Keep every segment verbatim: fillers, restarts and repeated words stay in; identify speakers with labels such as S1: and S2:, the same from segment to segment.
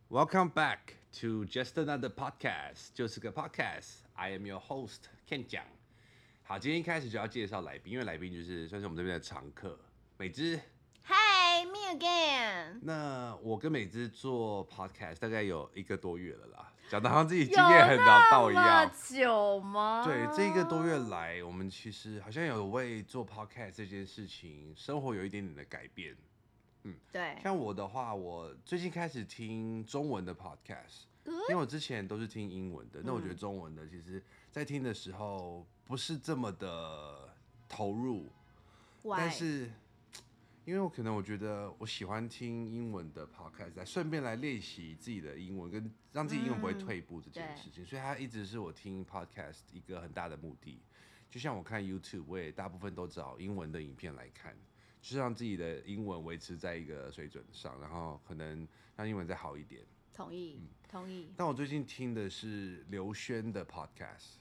S1: Welcome back to just another podcast，就是个 podcast。I am your host Ken 讲。好，今天一开始就要介绍来宾，因为来宾就是算是我们这边的常客，美芝。
S2: Hi, me again。
S1: 那我跟美芝做 podcast 大概有一个多月了啦，讲得好像自己经验很老道一样。
S2: 有那么久吗？
S1: 对，这一个多月来，我们其实好像有为做 podcast 这件事情，生活有一点点的改变。嗯，
S2: 对，
S1: 像我的话，我最近开始听中文的 podcast， 因为我之前都是听英文的。那我觉得中文的，其实在听的时候不是这么的投入，
S2: Why?
S1: 但是因为我可能我觉得我喜欢听英文的 podcast， 来顺便来练习自己的英文，跟让自己英文不会退步这件事情，所以它一直是我听 podcast 一个很大的目的。就像我看 YouTube， 我也大部分都找英文的影片来看。就是让自己的英文维持在一个水准上，然后可能让英文再好一点。
S2: 同意，嗯、同意。
S1: 但我最近听的是刘轩的 podcast，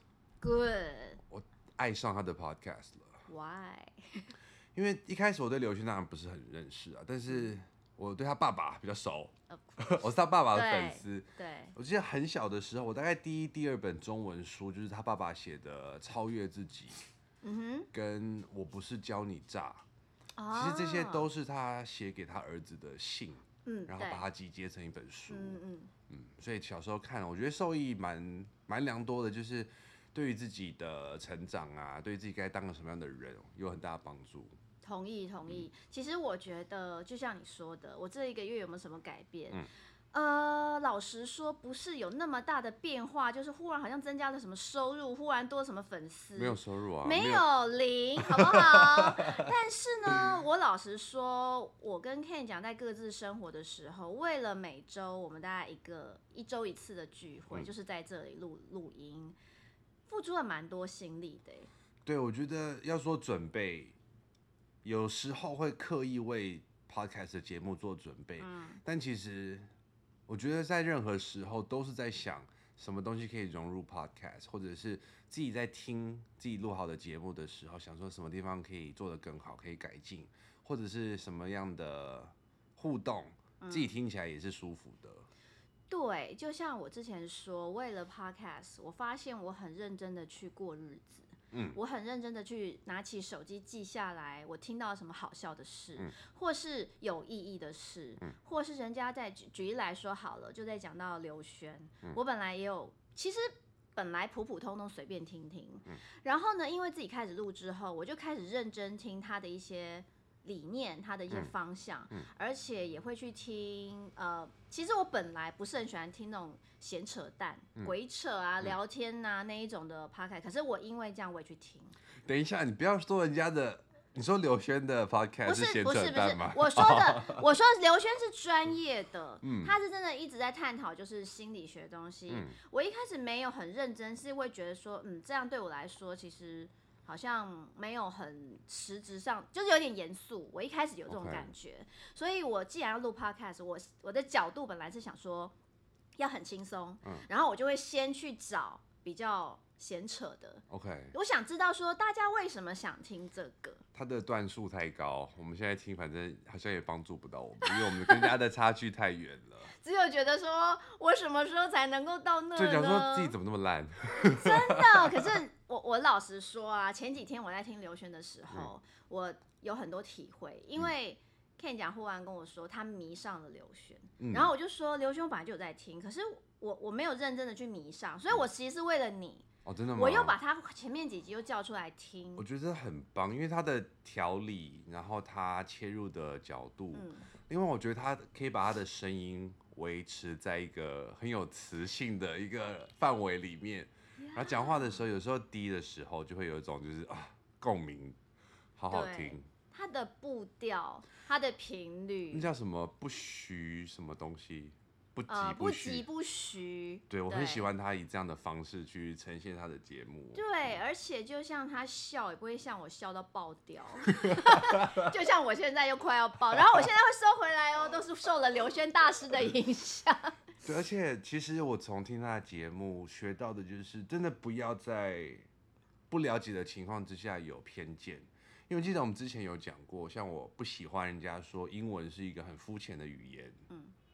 S2: Good。
S1: 我爱上他的 podcast 了。
S2: Why？
S1: 因为一开始我对刘轩当然不是很认识啊，但是我对他爸爸比较熟，我是他爸爸的粉丝。
S2: 对，
S1: 我记得很小的时候，我大概第一、第二本中文书就是他爸爸写的《超越自己》，嗯哼，跟我不是教你诈。其实这些都是他写给他儿子的信，嗯，然后把它集结成一本书，嗯嗯嗯，所以小时候看，我觉得受益蛮蛮良多的，就是对于自己的成长啊，对于自己该当个什么样的人有很大的帮助。
S2: 同意同意、嗯。其实我觉得，就像你说的，我这一个月有没有什么改变？嗯呃，老实说，不是有那么大的变化，就是忽然好像增加了什么收入，忽然多了什么粉丝，
S1: 没有收入啊，
S2: 没有零，好不好？但是呢，我老实说，我跟 Ken 讲，在各自生活的时候，为了每周我们大概一个一周一次的聚会，嗯、就是在这里录录音，付出了蛮多心力的。
S1: 对，我觉得要说准备，有时候会刻意为 podcast 的节目做准备，嗯、但其实。我觉得在任何时候都是在想什么东西可以融入 podcast， 或者是自己在听自己录好的节目的时候，想说什么地方可以做得更好，可以改进，或者是什么样的互动，自己听起来也是舒服的。嗯、
S2: 对，就像我之前说，为了 podcast， 我发现我很认真的去过日子。嗯、我很认真的去拿起手机记下来，我听到什么好笑的事，嗯、或是有意义的事，嗯、或是人家在举举例来说好了，就在讲到刘轩，嗯、我本来也有，其实本来普普通通随便听听，嗯、然后呢，因为自己开始录之后，我就开始认真听他的一些理念，他的一些方向，嗯嗯、而且也会去听，呃，其实我本来不是很喜欢听那种闲扯淡、嗯、鬼扯啊、嗯、聊天啊那一种的 podcast， 可是我因为这样我也去听。
S1: 等一下，你不要说人家的，你说刘轩的 podcast 是闲扯淡吗？
S2: 不是不是不是，我说的我说刘轩是专业的，嗯、他是真的一直在探讨就是心理学的东西。嗯、我一开始没有很认真，是会觉得说，嗯，这样对我来说其实。好像没有很实质上，就是有点严肃。我一开始有这种感觉， okay. 所以我既然要录 podcast， 我我的角度本来是想说要很轻松，嗯、然后我就会先去找比较闲扯的。
S1: OK，
S2: 我想知道说大家为什么想听这个。
S1: 它的段数太高，我们现在听反正好像也帮助不到我们，因为我们跟大家的差距太远了。
S2: 只有觉得说我什么时候才能够到那呢？
S1: 就讲说自己怎么那么烂。
S2: 真的，可是我我老实说啊，前几天我在听刘轩的时候，嗯、我有很多体会，因为 Ken 讲忽然跟我说他迷上了刘轩，嗯、然后我就说刘轩本来就有在听，可是我我没有认真的去迷上，所以我其实是为了你。
S1: 哦，真的吗？
S2: 我又把他前面几集又叫出来听，
S1: 我觉得很棒，因为他的条理，然后他切入的角度，嗯、另外我觉得他可以把他的声音维持在一个很有磁性的一个范围里面， yeah. 然后讲话的时候，有时候低的时候就会有一种就是啊共鸣，好好听。
S2: 他的步调，他的频率，
S1: 那叫什么不虚什么东西？不急
S2: 不徐，呃、不急不徐。
S1: 对，我很喜欢他以这样的方式去呈现他的节目。
S2: 对，而且就像他笑，也不会像我笑到爆掉，就像我现在又快要爆，然后我现在会收回来哦，都是受了刘轩大师的影响。
S1: 对，而且其实我从听他的节目学到的就是，真的不要在不了解的情况之下有偏见。因为记得我们之前有讲过，像我不喜欢人家说英文是一个很肤浅的语言。嗯。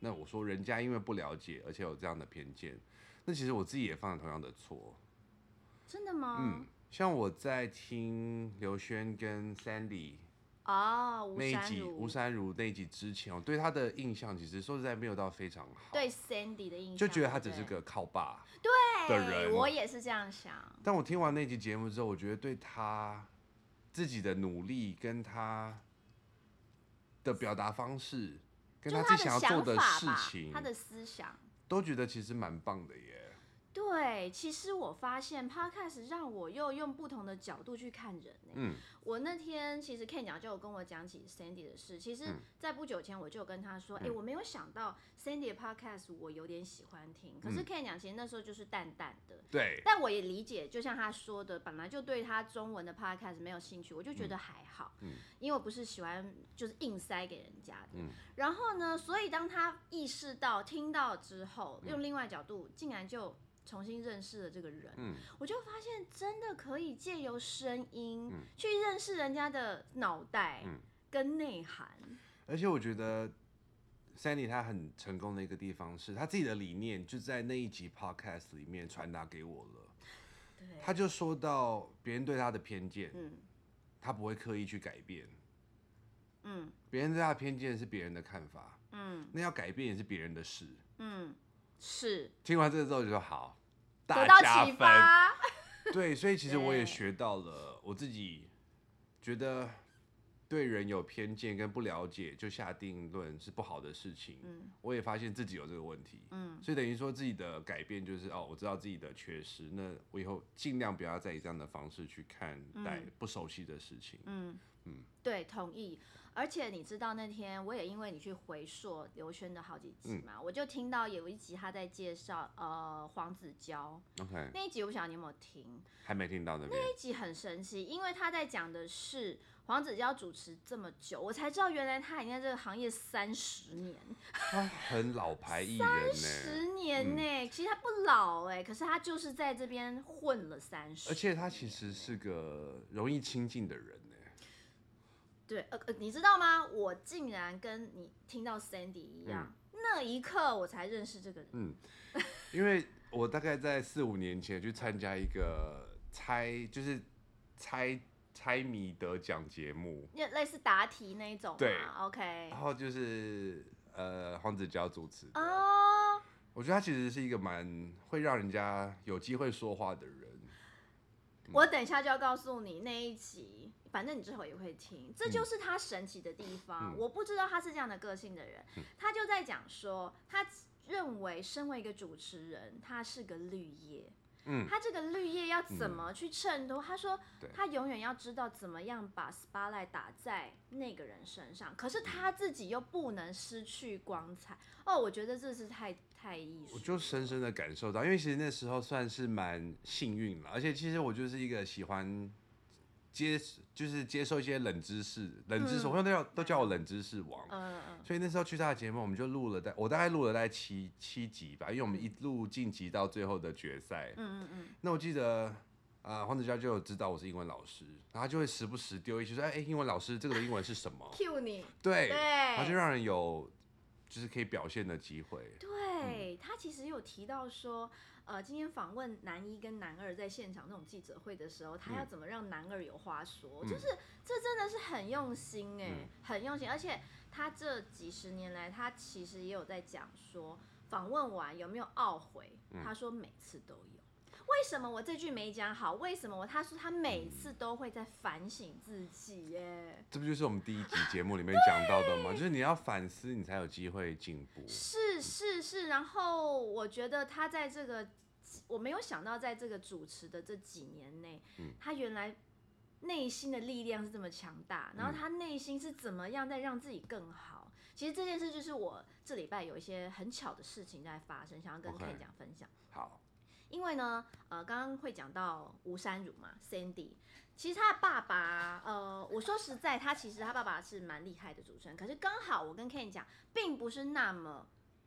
S1: 那我说人家因为不了解，而且有这样的偏见，那其实我自己也犯了同样的错。
S2: 真的吗？
S1: 嗯，像我在听刘轩跟 Sandy
S2: 哦，吴
S1: 那一集
S2: 珊如
S1: 吴珊如那一集之前，我对他的印象其实说实在没有到非常好，
S2: 对 Sandy 的印象，
S1: 就觉得他只
S2: 对不对
S1: 是个靠爸
S2: 对
S1: 的人。
S2: 我也是这样想。
S1: 但我听完那集节目之后，我觉得对他自己的努力跟他的表达方式，跟
S2: 就是
S1: 自己想要做
S2: 的
S1: 事情，
S2: 他的思想，
S1: 都觉得其实蛮棒的耶。
S2: 对，其实我发现 podcast 让我又用不同的角度去看人、欸、嗯，我那天其实 Ken 讲就有跟我讲起 Sandy 的事，其实在不久前我就有跟他说，哎、嗯欸，我没有想到 Sandy 的 podcast 我有点喜欢听，可是 Ken 讲其实那时候就是淡淡的，
S1: 对，
S2: 但我也理解，就像他说的，本来就对他中文的 podcast 没有兴趣，我就觉得还好，嗯，因为我不是喜欢就是硬塞给人家的，嗯，然后呢，所以当他意识到听到之后，用另外角度竟然就重新认识了这个人，嗯，我就发现真的可以借由声音、嗯、去认识人家的脑袋跟内涵。
S1: 而且我觉得 Sandy 他很成功的一个地方是，他自己的理念就在那一集 podcast 里面传达给我了。对，他就说到别人对他的偏见，嗯，他不会刻意去改变。嗯，别人对他的偏见是别人的看法，嗯，那要改变也是别人的事，嗯。
S2: 是，
S1: 听完这个之后就说好，
S2: 大加分。
S1: 对，所以其实我也学到了，我自己觉得对人有偏见跟不了解就下定论是不好的事情。嗯，我也发现自己有这个问题。嗯，所以等于说自己的改变就是哦，我知道自己的缺失，那我以后尽量不要再以这样的方式去看待不熟悉的事情。嗯
S2: 嗯，对，同意。而且你知道那天我也因为你去回溯刘轩的好几集嘛，嗯、我就听到有一集他在介绍呃黄子佼
S1: ，OK，
S2: 那一集我不晓得你有没有听？
S1: 还没听到那边。
S2: 那一集很神奇，因为他在讲的是黄子佼主持这么久，我才知道原来他已经在这个行业三十年，
S1: 他很老牌艺人呢、欸，
S2: 三十年呢、欸嗯，其实他不老哎、欸，可是他就是在这边混了三十，
S1: 而且他其实是个容易亲近的人。
S2: 对，呃呃，你知道吗？我竟然跟你听到 Sandy 一样，嗯、那一刻我才认识这个人。
S1: 嗯，因为我大概在四五年前去参加一个猜，就是猜猜谜得奖节目，
S2: 类似答题那一种嘛。
S1: 对
S2: ，OK。
S1: 然后就是呃黄子佼主持的。哦。Oh. 我觉得他其实是一个蛮会让人家有机会说话的人。
S2: 嗯、我等一下就要告诉你那一集。反正你之后也会听，这就是他神奇的地方。嗯、我不知道他是这样的个性的人，嗯、他就在讲说，他认为身为一个主持人，他是个绿叶。嗯，他这个绿叶要怎么去衬托？嗯、他说，他永远要知道怎么样把 spotlight 打在那个人身上，可是他自己又不能失去光彩。哦，我觉得这是太太艺术。
S1: 我就深深的感受到，因为其实那时候算是蛮幸运了，而且其实我就是一个喜欢。接就是接受一些冷知识，冷知识，我朋友都叫都叫我冷知识王。嗯嗯。所以那时候去他的节目，我们就录了大，我大概录了大概七七集吧，因为我们一路晋级到最后的决赛。嗯嗯嗯。那我记得，呃，黄子佼就有知道我是英文老师，然后他就会时不时丢一句说：“哎、欸，英文老师，这个的英文是什么
S2: ？”cue 你。
S1: 对。对。然后就让人有就是可以表现的机会。
S2: 对、嗯、他其实有提到说。呃，今天访问男一跟男二在现场那种记者会的时候，他要怎么让男二有话说？嗯、就是这真的是很用心哎、欸，嗯、很用心。而且他这几十年来，他其实也有在讲说，访问完有没有懊悔？嗯、他说每次都有。为什么我这句没讲好？为什么我？他说他每次都会在反省自己耶。
S1: 这不就是我们第一集节目里面讲到的吗？就是你要反思，你才有机会进步。
S2: 是是是，然后我觉得他在这个，我没有想到在这个主持的这几年内，嗯、他原来内心的力量是这么强大，然后他内心是怎么样在让自己更好。其实这件事就是我这礼拜有一些很巧的事情在发生，想要跟 Ken 讲分享。
S1: Okay. 好。
S2: 因为呢，呃，刚刚会讲到吴珊如嘛 ，Sandy， 其实他的爸爸，呃，我说实在，他其实他爸爸是蛮厉害的主持人，可是刚好我跟 Ken 讲，并不是那么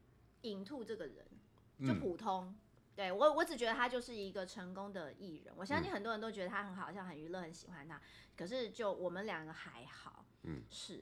S2: into这个人，就普通。嗯、对我，我只觉得他就是一个成功的艺人，我相信很多人都觉得他很好笑、很娱乐、很喜欢他，可是就我们两个还好，嗯，是。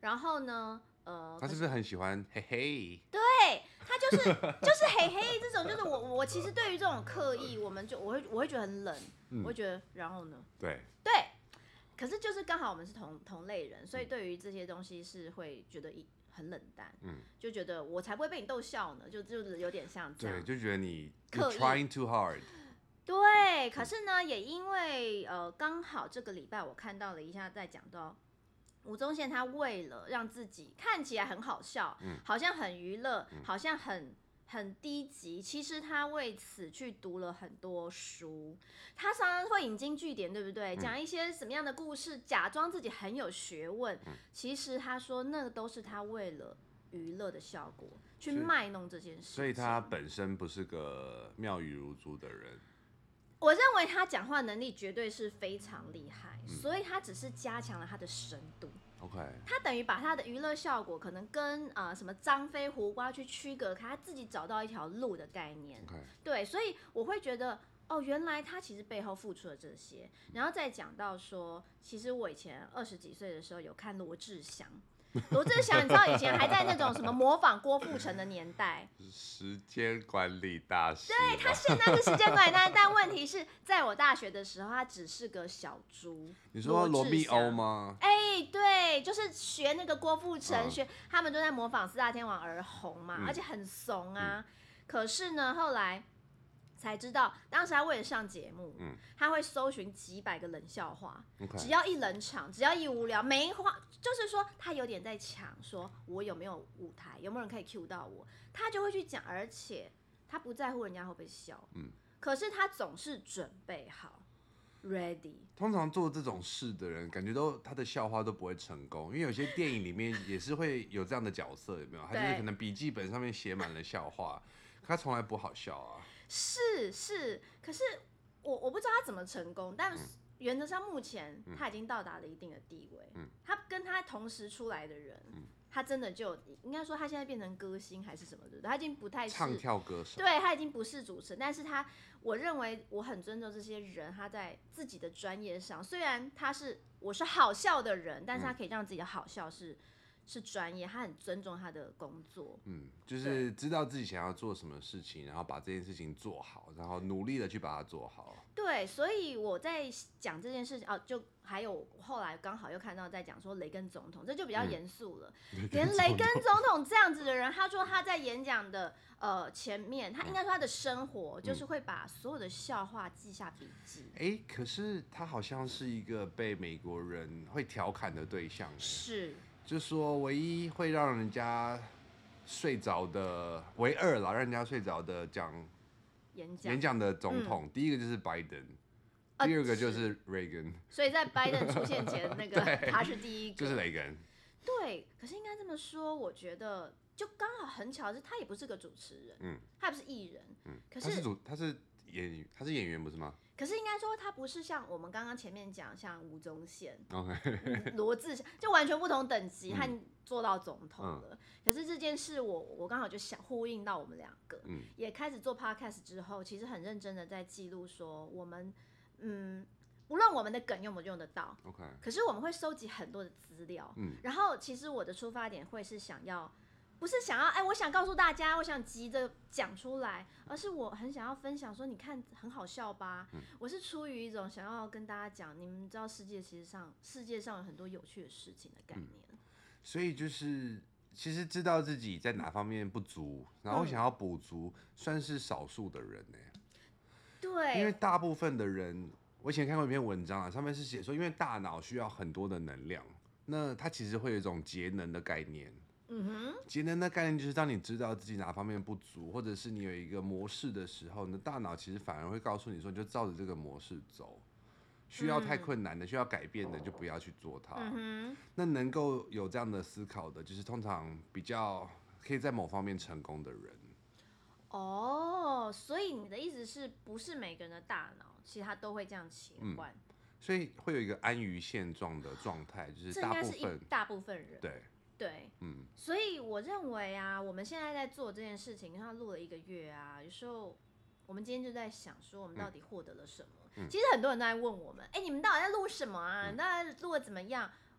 S2: 然后呢，呃，
S1: 他是不是很喜欢嘿嘿？
S2: 对，他就是就是嘿嘿这种，就是我我其实对于这种刻意，我们就我会我会觉得很冷，嗯、我会觉得然后呢，
S1: 对
S2: 对，可是就是刚好我们是同同类人，所以对于这些东西是会觉得一。很冷淡，嗯，就觉得我才不会被你逗笑呢，就就是有点像这样，
S1: 对，就觉得你 trying too hard。
S2: 对，可是呢，也因为呃，刚好这个礼拜我看到了一下，在讲到吴宗宪，他为了让自己看起来很好笑，嗯、好像很娱乐，嗯、好像很很低级，其实他为此去读了很多书，他常常会引经据典，对不对？讲、嗯、一些什么样的故事，假装自己很有学问，嗯、其实他说那个都是他为了娱乐的效果去卖弄这件事情，
S1: 所以他本身不是个妙语如珠的人。
S2: 我认为他讲话能力绝对是非常厉害，嗯、所以他只是加强了他的深度。
S1: OK，
S2: 他等于把他的娱乐效果可能跟啊、呃、什么张飞、胡瓜去区隔开，他自己找到一条路的概念。
S1: Okay.
S2: 对，所以我会觉得哦，原来他其实背后付出了这些。然后再讲到说，其实我以前二十几岁的时候有看罗志祥。罗志祥，你知道以前还在那种什么模仿郭富城的年代，
S1: 时间管理大师。
S2: 对，他现在是时间管理大师，但问题是在我大学的时候，他只是个小猪。
S1: 你说罗密欧吗？
S2: 哎、欸，对，就是学那个郭富城，嗯、学他们都在模仿四大天王而红嘛，嗯、而且很怂啊。嗯、可是呢，后来才知道，当时他为了上节目，嗯、他会搜寻几百个冷笑话，
S1: okay.
S2: 只要一冷场，只要一无聊，没话，就是说他有点在抢，说我有没有舞台，有没有人可以 cue 到我，他就会去讲，而且他不在乎人家会不会笑，嗯、可是他总是准备好 ，ready。
S1: 通常做这种事的人，感觉都他的笑话都不会成功，因为有些电影里面也是会有这样的角色，有没有？他就是可能笔记本上面写满了笑话，他从来不好笑啊。
S2: 是是，可是我我不知道他怎么成功，但原则上目前他已经到达了一定的地位。嗯、他跟他同时出来的人，嗯、他真的就应该说他现在变成歌星还是什么的，他已经不太是
S1: 唱跳歌手，
S2: 对他已经不是主持人，但是他我认为我很尊重这些人，他在自己的专业上，虽然他是我是好笑的人，但是他可以让自己的好笑是。是专业，他很尊重他的工作，
S1: 嗯，就是知道自己想要做什么事情，然后把这件事情做好，然后努力的去把它做好。
S2: 对，所以我在讲这件事情，哦，就还有后来刚好又看到在讲说雷根总统，这就比较严肃了。嗯、连雷根总统这样子的人，他说他在演讲的呃前面，他应该说他的生活就是会把所有的笑话记下笔记。
S1: 哎、欸，可是他好像是一个被美国人会调侃的对象。
S2: 是。
S1: 就说唯一会让人家睡着的，唯二啦，让人家睡着的讲
S2: 演讲
S1: 演讲的总统，嗯、第一个就是拜登，
S2: 啊、
S1: 第二个就是 Reagan。
S2: 所以在拜登出现前，那个他是第一个，
S1: 就是雷根。
S2: 对，可是应该这么说，我觉得就刚好很巧的是，他也不是个主持人，嗯，他也不是艺人，嗯，可是
S1: 他是主，他是演，他是演员不是吗？
S2: 可是应该说，他不是像我们刚刚前面讲，像吴宗宪、
S1: okay.
S2: 罗志祥，就完全不同等级，和做到总统了。嗯、可是这件事我，我我刚好就想呼应到我们两个，嗯、也开始做 podcast 之后，其实很认真的在记录说，我们嗯，无论我们的梗用不用得到
S1: ，OK，
S2: 可是我们会收集很多的资料，嗯、然后其实我的出发点会是想要。不是想要哎，我想告诉大家，我想急着讲出来，而是我很想要分享说，你看很好笑吧？嗯、我是出于一种想要跟大家讲，你们知道世界其实上世界上有很多有趣的事情的概念。嗯、
S1: 所以就是其实知道自己在哪方面不足，然后想要补足，嗯、算是少数的人呢。
S2: 对，
S1: 因为大部分的人，我以前看过一篇文章啊，上面是写说，因为大脑需要很多的能量，那它其实会有一种节能的概念。
S2: 嗯哼，
S1: 节能的概念就是当你知道自己哪方面不足，或者是你有一个模式的时候，你的大脑其实反而会告诉你说，你就照着这个模式走。需要太困难的、嗯、需要改变的，就不要去做它。
S2: 嗯、
S1: 那能够有这样的思考的，就是通常比较可以在某方面成功的人。
S2: 哦，所以你的意思是不是每个人的大脑其实他都会这样切换？
S1: 嗯、所以会有一个安于现状的状态，就是大部分
S2: 这应该是一大部分人。
S1: 对。
S2: 对，
S1: 嗯，
S2: 所以我认为啊，我们现在在做这件事情，它录了一个月啊，有时候我们今天就在想说，我们到底获得了什么？嗯、其实很多人都在问我们，哎、欸，你们到底在录什么啊？嗯、那录的怎么样？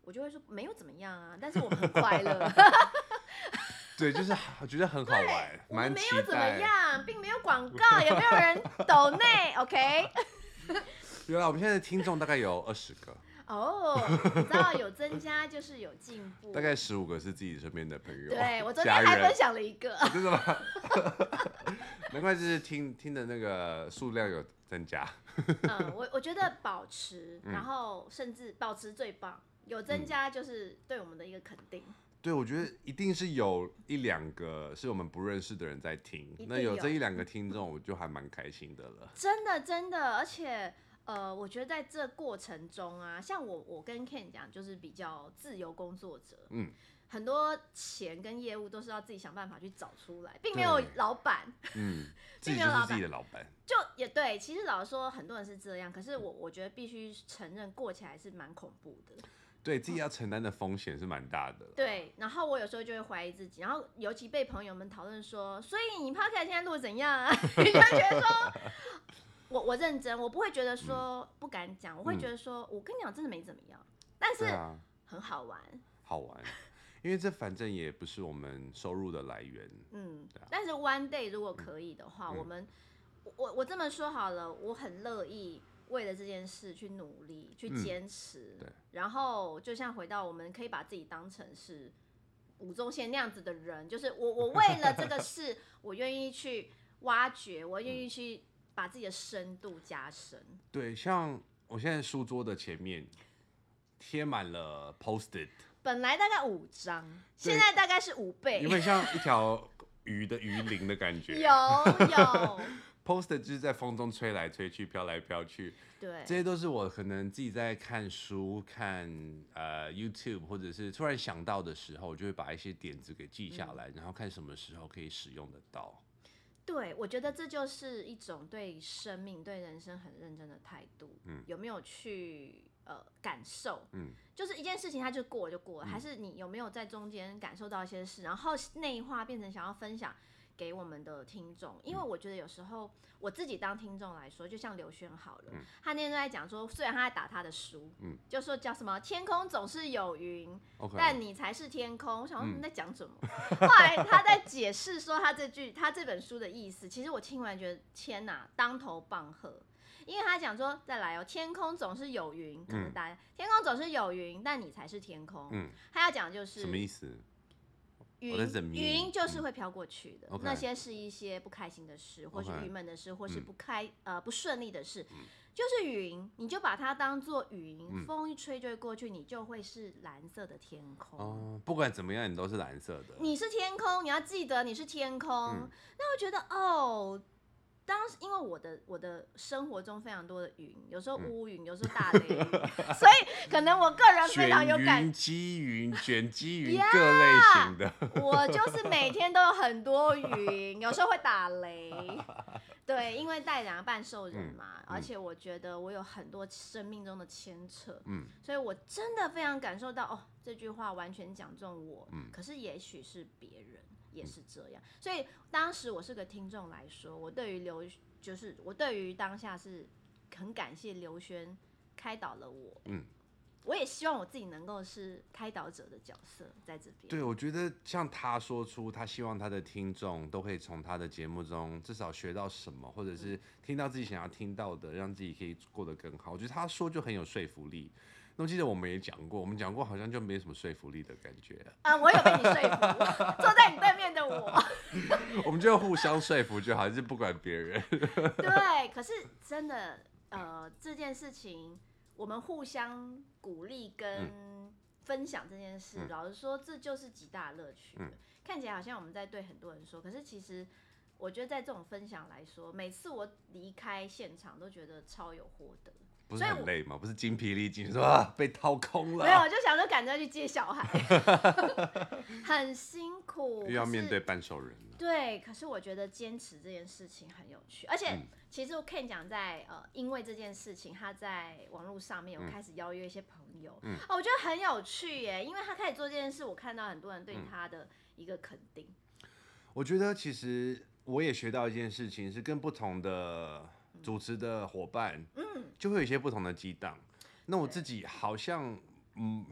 S2: 我就会说没有怎么样啊，但是我们很快乐。
S1: 对，就是我觉得很好玩，
S2: 我们
S1: 蛮期
S2: 没有怎么
S1: 待。
S2: 样，并没有广告，也没有人抖内 ，OK？
S1: 原来我们现在的听众大概有二十个，
S2: 哦，你知道有增加就是有进步。
S1: 大概十五个是自己身边的朋友。
S2: 对，我昨天
S1: 家人
S2: 还分享了一个，
S1: 真的吗？难怪就是听听的那个数量有增加。
S2: 嗯，我我觉得保持，然后甚至保持最棒，有增加就是对我们的一个肯定。
S1: 对，我觉得一定是有一两个是我们不认识的人在听，
S2: 一定
S1: 那有
S2: 有
S1: 这一两个听众，我就还蛮开心的了。
S2: 真的真的，而且呃，我觉得在这过程中啊，像我我跟 Ken 讲，就是比较自由工作者，
S1: 嗯，
S2: 很多钱跟业务都是要自己想办法去找出来，并没有老板，
S1: 嗯，自
S2: 并没有老板
S1: 己就是自己的老板。
S2: 就也对，其实老实说，很多人是这样，可是我我觉得必须承认，过起来是蛮恐怖的。
S1: 对自己要承担的风险是蛮大的。
S2: 对，然后我有时候就会怀疑自己，然后尤其被朋友们讨论说，所以你 podcast 现在录怎样啊？你就觉得说，我我认真，我不会觉得说不敢讲，我会觉得说，我跟你讲真的没怎么样，但是很好玩，
S1: 好玩，因为这反正也不是我们收入的来源。
S2: 嗯，但是 one day 如果可以的话，我们我我这么说好了，我很乐意。为了这件事去努力，去坚持、嗯，然后就像回到我们可以把自己当成是吴宗宪那样子的人，就是我我为了这个事，我愿意去挖掘，我愿意去把自己的深度加深。
S1: 对，像我现在书桌的前面贴满了 post-it，
S2: 本来大概五张，现在大概是五倍，
S1: 有没有像一条鱼的鱼鳞的感觉？
S2: 有有。
S1: poster 就是在风中吹来吹去，飘来飘去。
S2: 对，
S1: 这些都是我可能自己在看书、看呃 YouTube， 或者是突然想到的时候，我就会把一些点子给记下来，嗯、然后看什么时候可以使用得到。
S2: 对，我觉得这就是一种对生命、对人生很认真的态度。嗯，有没有去呃感受？嗯，就是一件事情，它就过了就过了，嗯、还是你有没有在中间感受到一些事，然后内化变成想要分享给我们的听众？因为我觉得有时候我自己当听众来说，就像刘轩好了，嗯、他那天都在讲说，虽然他在打他的书，嗯、就说叫什么天空总是有云， okay. 但你才是天空。我想说你在讲什么？嗯、后来他在解释说他这句他这本书的意思，其实我听完觉得天哪，当头棒喝。因为他讲说，再来哦，天空总是有云，可能大家、嗯、天空总是有云，但你才是天空。嗯、他要讲就是
S1: 什么意思？
S2: 云云就是会飘过去的，
S1: 嗯、
S2: 那些是一些不开心的事，或是郁闷的事，或是不开、嗯、呃不顺利的事，嗯、就是云，你就把它当作云，嗯、风一吹就会过去，你就会是蓝色的天空。
S1: 哦，不管怎么样，你都是蓝色的。
S2: 你是天空，你要记得你是天空。嗯、那我觉得哦。当时因为我的我的生活中非常多的云，有时候乌云，有时候大雷雨，所以可能我个人非常有感。
S1: 卷云、积云、卷积云， yeah, 各类型的。
S2: 我就是每天都有很多云，有时候会打雷。对，因为带两半兽人嘛，嗯、而且我觉得我有很多生命中的牵扯，嗯、所以我真的非常感受到哦，这句话完全讲中我。嗯、可是也许是别人。也是这样，所以当时我是个听众来说，我对于刘，就是我对于当下是很感谢刘轩开导了我。嗯，我也希望我自己能够是开导者的角色在这边。
S1: 对，我觉得像他说出他希望他的听众都可以从他的节目中至少学到什么，或者是听到自己想要听到的，让自己可以过得更好。我觉得他说就很有说服力。那我记得我们也讲过，我们讲过好像就没什么说服力的感觉
S2: 啊、呃，我有被你说服，坐在你对面的我，
S1: 我们就互相说服就好，就是不管别人。
S2: 对，可是真的，呃，这件事情我们互相鼓励跟分享这件事，嗯、老实说，这就是极大乐趣的。嗯、看起来好像我们在对很多人说，可是其实我觉得在这种分享来说，每次我离开现场都觉得超有获得。
S1: 不是很累吗？不是精疲力尽，说啊被掏空了。
S2: 没有，我就想说赶着去接小孩，很辛苦，
S1: 又要面对半兽人了。
S2: 对，可是我觉得坚持这件事情很有趣，而且、嗯、其实我 Ken 讲在呃，因为这件事情，他在网络上面有开始邀约一些朋友，嗯哦、我觉得很有趣耶，因为他开始做这件事，我看到很多人对他的一个肯定。
S1: 嗯、我觉得其实我也学到一件事情，是跟不同的主持的伙伴，嗯，就会有一些不同的激荡。那我自己好像，嗯，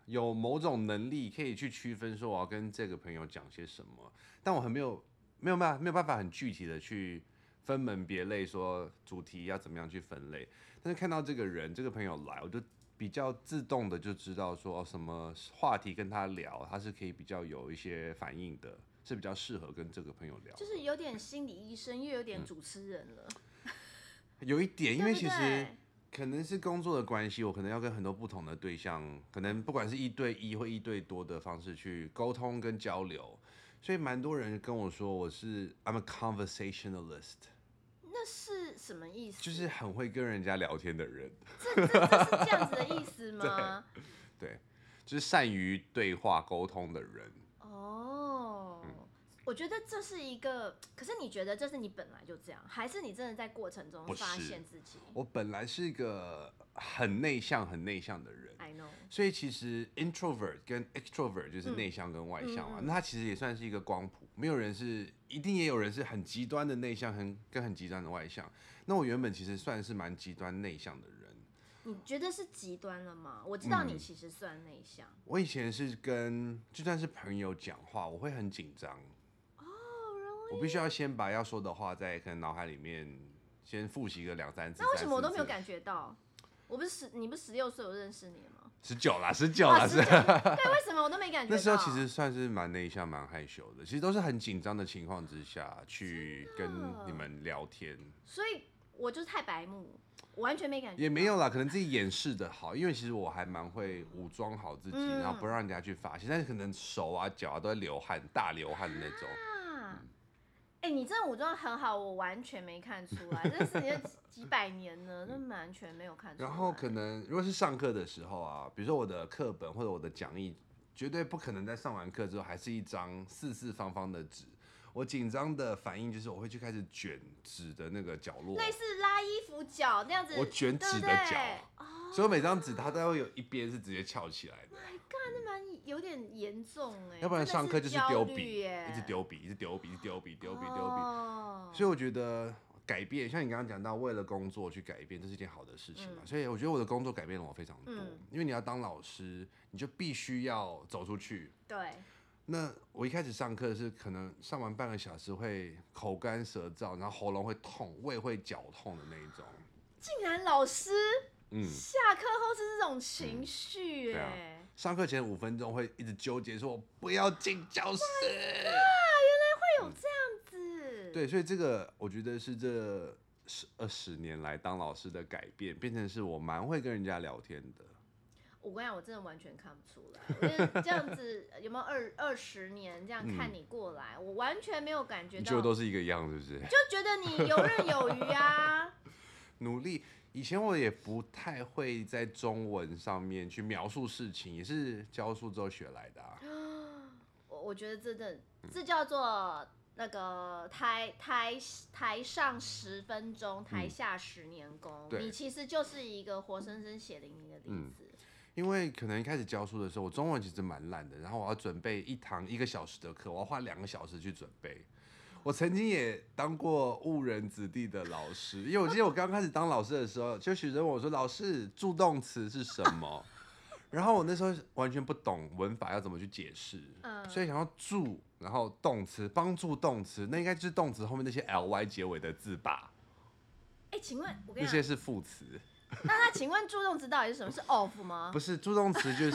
S1: 有某种能力可以去区分说我要跟这个朋友讲些什么，但我很没有没有办法没有办法很具体的去分门别类说主题要怎么样去分类。但是看到这个人这个朋友来，我就比较自动的就知道说、哦、什么话题跟他聊，他是可以比较有一些反应的，是比较适合跟这个朋友聊。
S2: 就是有点心理医生，又有点主持人了。嗯、
S1: 有一点，因为其实可能是工作的关系，我可能要跟很多不同的对象，可能不管是一对一或一对多的方式去沟通跟交流，所以蛮多人跟我说我是 I'm a conversationalist。
S2: 那是什么意思？
S1: 就是很会跟人家聊天的人。
S2: 这这这是这样子的意思吗？
S1: 对，对，就是善于对话沟通的人。
S2: 哦、嗯，我觉得这是一个，可是你觉得这是你本来就这样，还是你真的在过程中发现自己？
S1: 我本来是一个很内向、很内向的人。
S2: I know。
S1: 所以其实 introvert 跟 extrovert 就是内向跟外向嘛，嗯、那它其实也算是一个光谱，没有人是，一定也有人是很极端的内向，很跟很极端的外向。那我原本其实算是蛮极端内向的人。
S2: 你觉得是极端了吗？我知道你其实算内向。嗯、
S1: 我以前是跟就算是朋友讲话，我会很紧张。
S2: 哦，容易。
S1: 我必须要先把要说的话在可能脑海里面先复习个两三次。
S2: 那为什么我都没有感觉到？我不是十，你不是十六岁我认识你了吗？
S1: 十九啦，十九啦，是。对，
S2: 为什么我都没感觉到？
S1: 那时候其实算是蛮内向、蛮害羞的，其实都是很紧张的情况之下去跟你们聊天。
S2: 所以我就是太白目，我完全没感觉。
S1: 也没有啦，可能自己掩饰的好，因为其实我还蛮会武装好自己，嗯、然后不让人家去发现。但是可能手啊、脚啊都在流汗，大流汗的那种。
S2: 啊哎、欸，你这武装很好，我完全没看出来。认识你几百年了，那完全没有看出来。
S1: 然后可能如果是上课的时候啊，比如说我的课本或者我的讲义，绝对不可能在上完课之后还是一张四四方方的纸。我紧张的反应就是我会去开始卷纸的那个角落，
S2: 类似拉衣服角那样子。
S1: 我卷纸的角，哦、所以我每张纸它都会有一边是直接翘起来的。
S2: My God， 那蛮有点严重哎。
S1: 要不然上课就是丢笔，一直丢笔，一直丢笔，一直丢笔，丢笔，丢笔。哦、所以我觉得改变，像你刚刚讲到，为了工作去改变，这是一件好的事情嘛。嗯、所以我觉得我的工作改变了我非常多，嗯、因为你要当老师，你就必须要走出去。
S2: 对。
S1: 那我一开始上课是可能上完半个小时会口干舌燥，然后喉咙会痛，胃会绞痛的那一种。
S2: 竟然老师，嗯，下课后是这种情绪哎、欸。
S1: 啊、上课前五分钟会一直纠结说，我不要进教室。
S2: 啊，原来会有这样子。
S1: 嗯、对，所以这个我觉得是这十二十年来当老师的改变，变成是我蛮会跟人家聊天的。
S2: 我跟你讲，我真的完全看不出来。我觉得这样子有没有二二十年这样看你过来，嗯、我完全没有感觉到。
S1: 你觉得都是一个样，是不是？
S2: 就觉得你游刃有余啊。
S1: 努力。以前我也不太会在中文上面去描述事情，也是教书之后学来的啊。
S2: 我我觉得真的，这叫做那个台台台上十分钟，台下十年功。嗯、你其实就是一个活生生血淋淋的例子。嗯、
S1: 因为可能一开始教书的时候，我中文其实蛮烂的，然后我要准备一堂一个小时的课，我要花两个小时去准备。我曾经也当过误人子弟的老师，因为我记得我刚开始当老师的时候，就学生问我说：“老师，助动词是什么？”然后我那时候完全不懂文法要怎么去解释，嗯、所以想要助，然后动词帮助动词，那应该就是动词后面那些 ly 结尾的字吧？
S2: 哎、欸，请问我跟你
S1: 那些是副词。
S2: 那那请问助动词到底是什么？是 of 吗？
S1: 不是，助动词就是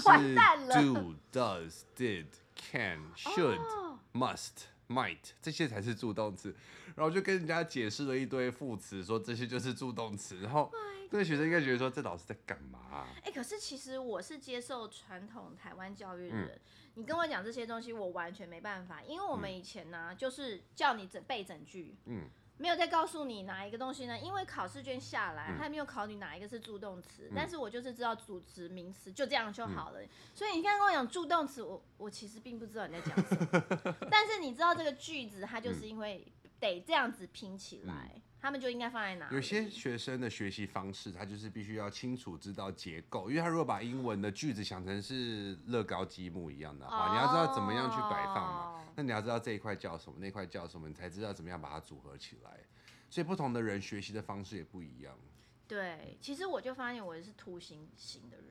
S1: do、does、did、can、should、oh. must。might 这些才是助动词，然后就跟人家解释了一堆副词，说这些就是助动词，然后那个学生应该觉得说这老师在干嘛、啊？
S2: 哎、欸，可是其实我是接受传统台湾教育的人，嗯、你跟我讲这些东西，我完全没办法，因为我们以前呢、啊，嗯、就是叫你整背整句，嗯。没有再告诉你哪一个东西呢？因为考试卷下来，他没有考你哪一个是助动词，嗯、但是我就是知道主词、名词，就这样就好了。嗯、所以你刚刚跟我讲助动词，我我其实并不知道你在讲什么，但是你知道这个句子，它就是因为得这样子拼起来，嗯、他们就应该放在哪里？
S1: 有些学生的学习方式，他就是必须要清楚知道结构，因为他如果把英文的句子想成是乐高积木一样的话，哦、你要知道怎么样去摆放嘛。那你要知道这一块叫什么，那块叫什么，你才知道怎么样把它组合起来。所以不同的人学习的方式也不一样。
S2: 对，其实我就发现我是凸形型的人，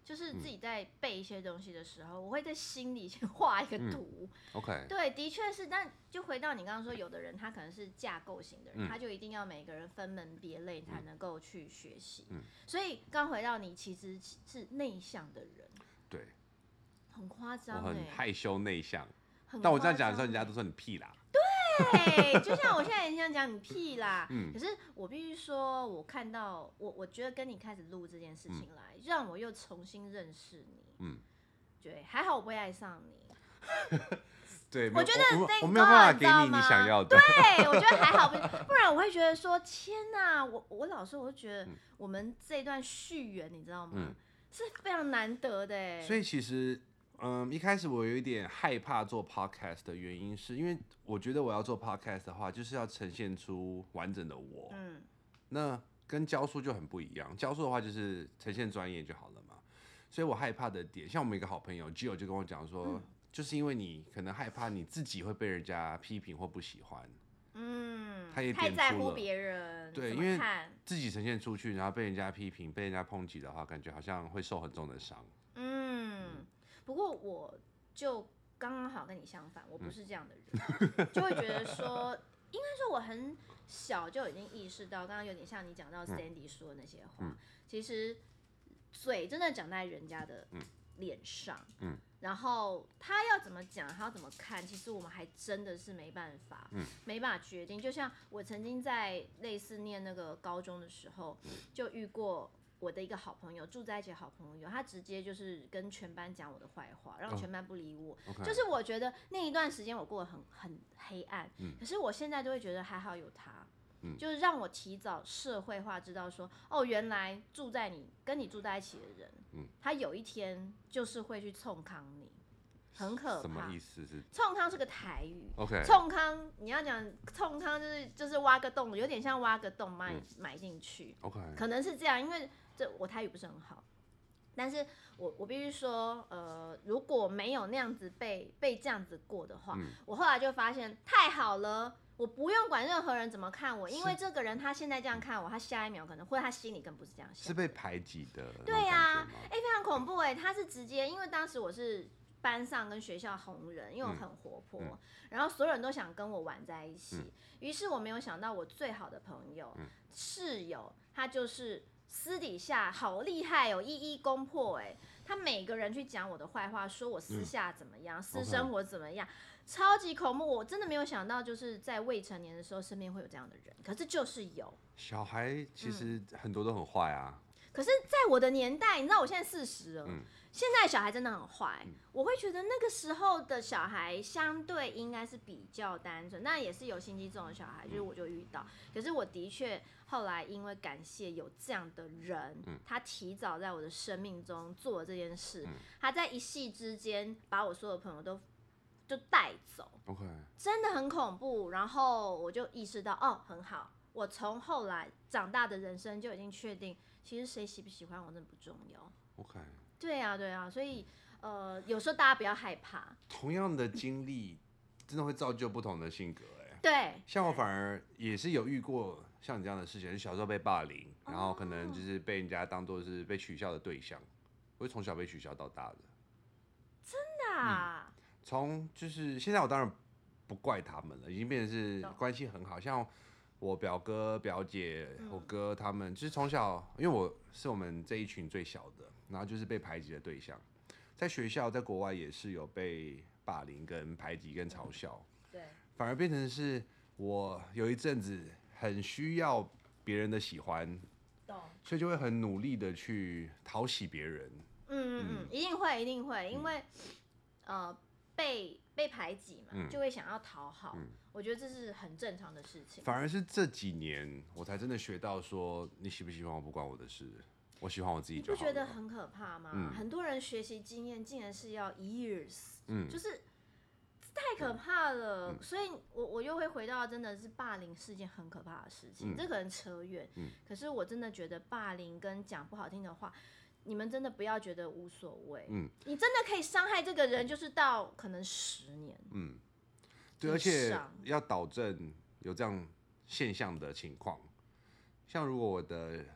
S2: 就是自己在背一些东西的时候，嗯、我会在心里先画一个图。
S1: 嗯、OK。
S2: 对，的确是，但就回到你刚刚说，有的人他可能是架构型的人，嗯、他就一定要每个人分门别类才能够去学习。嗯、所以刚回到你其实是内向的人。
S1: 对。
S2: 很夸张、欸，
S1: 我很害羞内向。但我这样讲的时候，人家都说你屁啦。
S2: 对，就像我现在也想讲你屁啦。嗯、可是我必须说，我看到我，我觉得跟你开始录这件事情来，嗯、让我又重新认识你。嗯，对，还好我不会爱上你。
S1: 对，
S2: 我觉得
S1: 我, 我没有办法给你你想要的。
S2: 对，我觉得还好，不然我会觉得说，天哪，我我老是我就觉得我们这段续缘，你知道吗？嗯、是非常难得的哎。
S1: 所以其实。嗯，一开始我有一点害怕做 podcast 的原因，是因为我觉得我要做 podcast 的话，就是要呈现出完整的我。嗯，那跟教书就很不一样。教书的话就是呈现专业就好了嘛。所以我害怕的点，像我们一个好朋友 Gio 就跟我讲说，嗯、就是因为你可能害怕你自己会被人家批评或不喜欢。
S2: 嗯，
S1: 他也
S2: 太在乎别人，
S1: 对，因为自己呈现出去，然后被人家批评、被人家抨击的话，感觉好像会受很重的伤。
S2: 嗯。不过我就刚刚好跟你相反，我不是这样的人，嗯、就会觉得说，应该说我很小就已经意识到，刚刚有点像你讲到 Sandy 说的那些话，嗯、其实嘴真的长在人家的脸上，嗯、然后他要怎么讲，他要怎么看，其实我们还真的是没办法，嗯、没办法决定。就像我曾经在类似念那个高中的时候，就遇过。我的一个好朋友，住在一起的好朋友，他直接就是跟全班讲我的坏话，让全班不理我。Oh, okay. 就是我觉得那一段时间我过得很很黑暗，嗯、可是我现在都会觉得还好有他，嗯、就是让我提早社会化，知道说哦，原来住在你跟你住在一起的人，嗯、他有一天就是会去冲康你。很可怕。
S1: 什么意思是？
S2: 冲康是个台语。
S1: OK。
S2: 冲康，你要讲冲康就是就是挖个洞，有点像挖个洞埋、嗯、埋进去。
S1: OK。
S2: 可能是这样，因为这我台语不是很好，但是我我必须说，呃，如果没有那样子被被这样子过的话，嗯、我后来就发现太好了。我不用管任何人怎么看我，因为这个人他现在这样看我，他下一秒可能或者他心里更不是这样想。
S1: 是被排挤的。
S2: 对啊，哎、欸，非常恐怖哎、欸！他是直接，因为当时我是班上跟学校红人，因为我很活泼，嗯嗯、然后所有人都想跟我玩在一起。于、嗯、是我没有想到，我最好的朋友、嗯、室友，他就是私底下好厉害哦，一一攻破哎、欸！他每个人去讲我的坏话，说我私下怎么样，嗯、私生活怎么样。Okay.超级恐怖，我真的没有想到，就是在未成年的时候，身边会有这样的人。可是就是有
S1: 小孩，其实很多都很坏啊、嗯。
S2: 可是，在我的年代，你知道我现在四十了，嗯、现在小孩真的很坏。嗯、我会觉得那个时候的小孩相对应该是比较单纯，那也是有心机重的小孩，就是我就遇到。嗯、可是我的确后来因为感谢有这样的人，嗯、他提早在我的生命中做了这件事，嗯、他在一夕之间把我所有的朋友都。就带走
S1: ，OK，
S2: 真的很恐怖。然后我就意识到，哦，很好。我从后来长大的人生就已经确定，其实谁喜不喜欢我真的不重要。
S1: OK，
S2: 对啊，对啊。所以呃，有时候大家不要害怕。
S1: 同样的经历，真的会造就不同的性格、欸。哎，
S2: 对。
S1: 像我反而也是有遇过像你这样的事情，小时候被霸凌，然后可能就是被人家当作是被取笑的对象。我是从小被取笑到大的。
S2: 真的啊。嗯
S1: 从就是现在我当然不怪他们了，已经变成是关系很好，像我表哥表姐、嗯、我哥他们，就是从小，因为我是我们这一群最小的，然后就是被排挤的对象，在学校在国外也是有被霸凌跟排挤跟嘲笑，
S2: 对，
S1: 反而变成是我有一阵子很需要别人的喜欢，所以就会很努力的去讨喜别人，
S2: 嗯嗯嗯，一定会一定会，因为、嗯、呃。被被排挤嘛，嗯、就会想要讨好、嗯，我觉得这是很正常的事情。
S1: 反而是这几年，我才真的学到说，你喜不喜欢我不关我的事，我喜欢我自己就好了。
S2: 你不觉得很可怕吗？嗯、很多人学习经验竟然是要 years，、嗯、就是太可怕了。嗯、所以我我又会回到，真的是霸凌是件很可怕的事情。嗯、这可能扯远、嗯，可是我真的觉得霸凌跟讲不好听的话。你们真的不要觉得无所谓，嗯，你真的可以伤害这个人，就是到可能十年，
S1: 嗯，对，而且要导正有这样现象的情况，像如果我的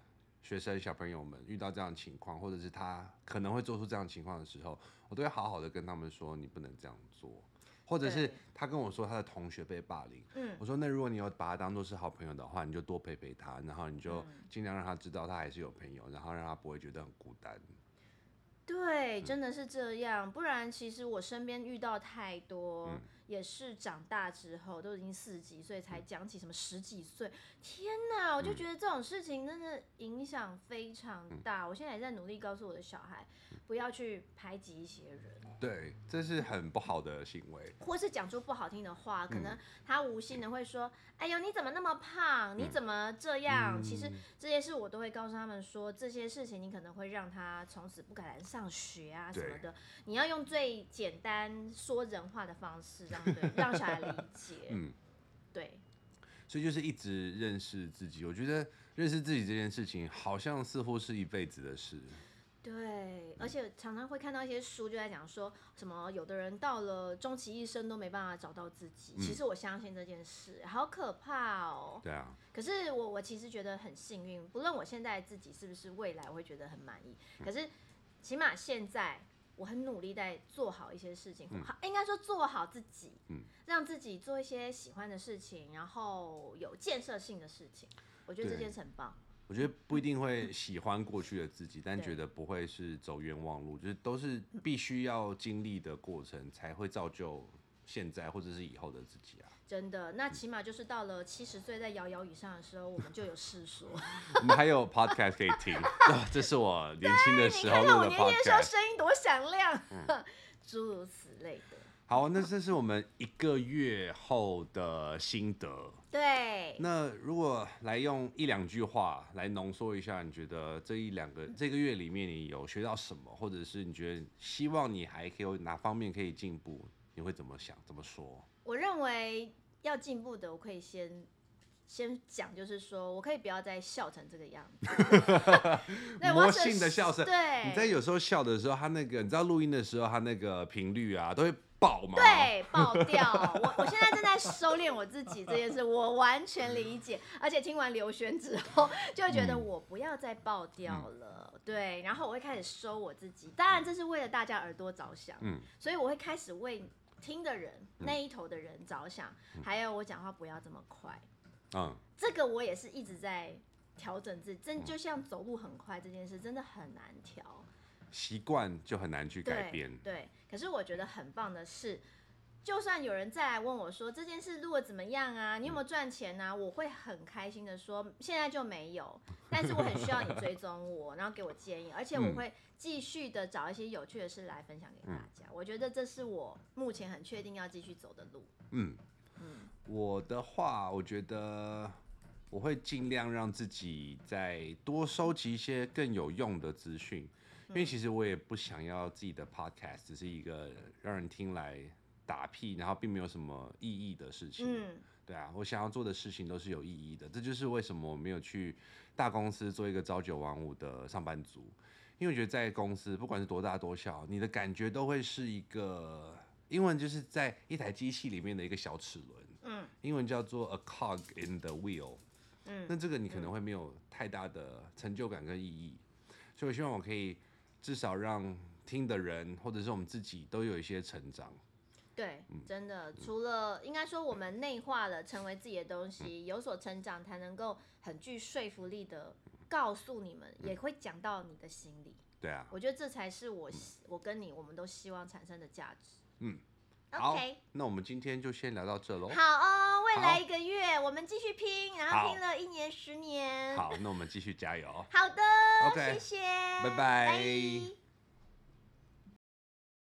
S1: 学生小朋友们遇到这样的情况，或者是他可能会做出这样的情况的时候，我都会好好的跟他们说，你不能这样做。或者是他跟我说他的同学被霸凌，嗯，我说那如果你有把他当作是好朋友的话，你就多陪陪他，然后你就尽量让他知道他还是有朋友，然后让他不会觉得很孤单。
S2: 对，真的是这样，不然其实我身边遇到太多，嗯、也是长大之后都已经四十几岁才讲起什么十几岁，天哪！我就觉得这种事情真的影响非常大。嗯、我现在也在努力告诉我的小孩，不要去排挤一些人。
S1: 对，这是很不好的行为，
S2: 或是讲出不好听的话，可能他无心的会说：“哎呦，你怎么那么胖？你怎么这样？”嗯、其实这些事我都会告诉他们说，这些事情你可能会让他从此不敢来上学啊什么的。你要用最简单说人话的方式让对让小孩理解。嗯，对。
S1: 所以就是一直认识自己，我觉得认识自己这件事情，好像似乎是一辈子的事。
S2: 对，而且常常会看到一些书就在讲说什么，有的人到了终其一生都没办法找到自己。嗯、其实我相信这件事，好可怕哦。
S1: 对啊。
S2: 可是我我其实觉得很幸运，不论我现在自己是不是未来我会觉得很满意，可是起码现在我很努力在做好一些事情，嗯、应该说做好自己，嗯、让自己做一些喜欢的事情，然后有建设性的事情。我觉得这件事很棒。
S1: 我觉得不一定会喜欢过去的自己，但觉得不会是走冤枉路，就是都是必须要经历的过程，才会造就现在或者是以后的自己啊。
S2: 真的，那起码就是到了七十岁在摇摇以上的时候，我们就有事说。
S1: 我们还有 podcast 可以听，哦、这是我年轻的时候录的 podcast。你看看我
S2: 年轻的时候声音多响亮，诸、嗯、如此类的。
S1: 好，那这是我们一个月后的心得。
S2: 对。
S1: 那如果来用一两句话来浓缩一下，你觉得这一两个这个月里面你有学到什么，或者是你觉得希望你还可以有哪方面可以进步，你会怎么想？怎么说？
S2: 我认为要进步的，我可以先。先讲，就是说我可以不要再笑成这个样子，
S1: 魔性的笑声。
S2: 对，
S1: 你在有时候笑的时候，他那个你知道录音的时候，他那个频率啊都会爆嘛。
S2: 对，爆掉。我我现在正在收敛我自己这件事，我完全理解。而且听完刘轩之后，就会觉得我不要再爆掉了。嗯、对，然后我会开始收我自己。当然，这是为了大家耳朵着想，嗯，所以我会开始为听的人、嗯、那一头的人着想，嗯、还有我讲话不要这么快。嗯，这个我也是一直在调整自己，真就像走路很快这件事，真的很难调。
S1: 习惯就很难去改变。
S2: 对，对，可是我觉得很棒的是，就算有人再来问我说这件事录得怎么样啊，你有没有赚钱啊，我会很开心的说现在就没有，但是我很需要你追踪我，然后给我建议，而且我会继续的找一些有趣的事来分享给大家。嗯、我觉得这是我目前很确定要继续走的路。嗯。
S1: 嗯，我的话，我觉得我会尽量让自己再多收集一些更有用的资讯，因为其实我也不想要自己的 podcast 只是一个让人听来打屁，然后并没有什么意义的事情。嗯，对啊，我想要做的事情都是有意义的，这就是为什么我没有去大公司做一个朝九晚五的上班族，因为我觉得在公司不管是多大多小，你的感觉都会是一个。英文就是在一台机器里面的一个小齿轮，嗯，英文叫做 a cog in the wheel， 嗯，那这个你可能会没有太大的成就感跟意义，所以我希望我可以至少让听的人或者是我们自己都有一些成长。
S2: 对，嗯、真的，除了应该说我们内化了成为自己的东西，嗯、有所成长，才能够很具说服力的告诉你们，嗯、也会讲到你的心里。
S1: 对啊，
S2: 我觉得这才是我、嗯、我跟你我们都希望产生的价值。
S1: 嗯，好， okay. 那我们今天就先聊到这喽。
S2: 好哦，未来一个月我们继续拼，然后拼了一年、十年。
S1: 好，那我们继续加油。
S2: 好的
S1: ，OK，
S2: 谢谢，
S1: 拜拜。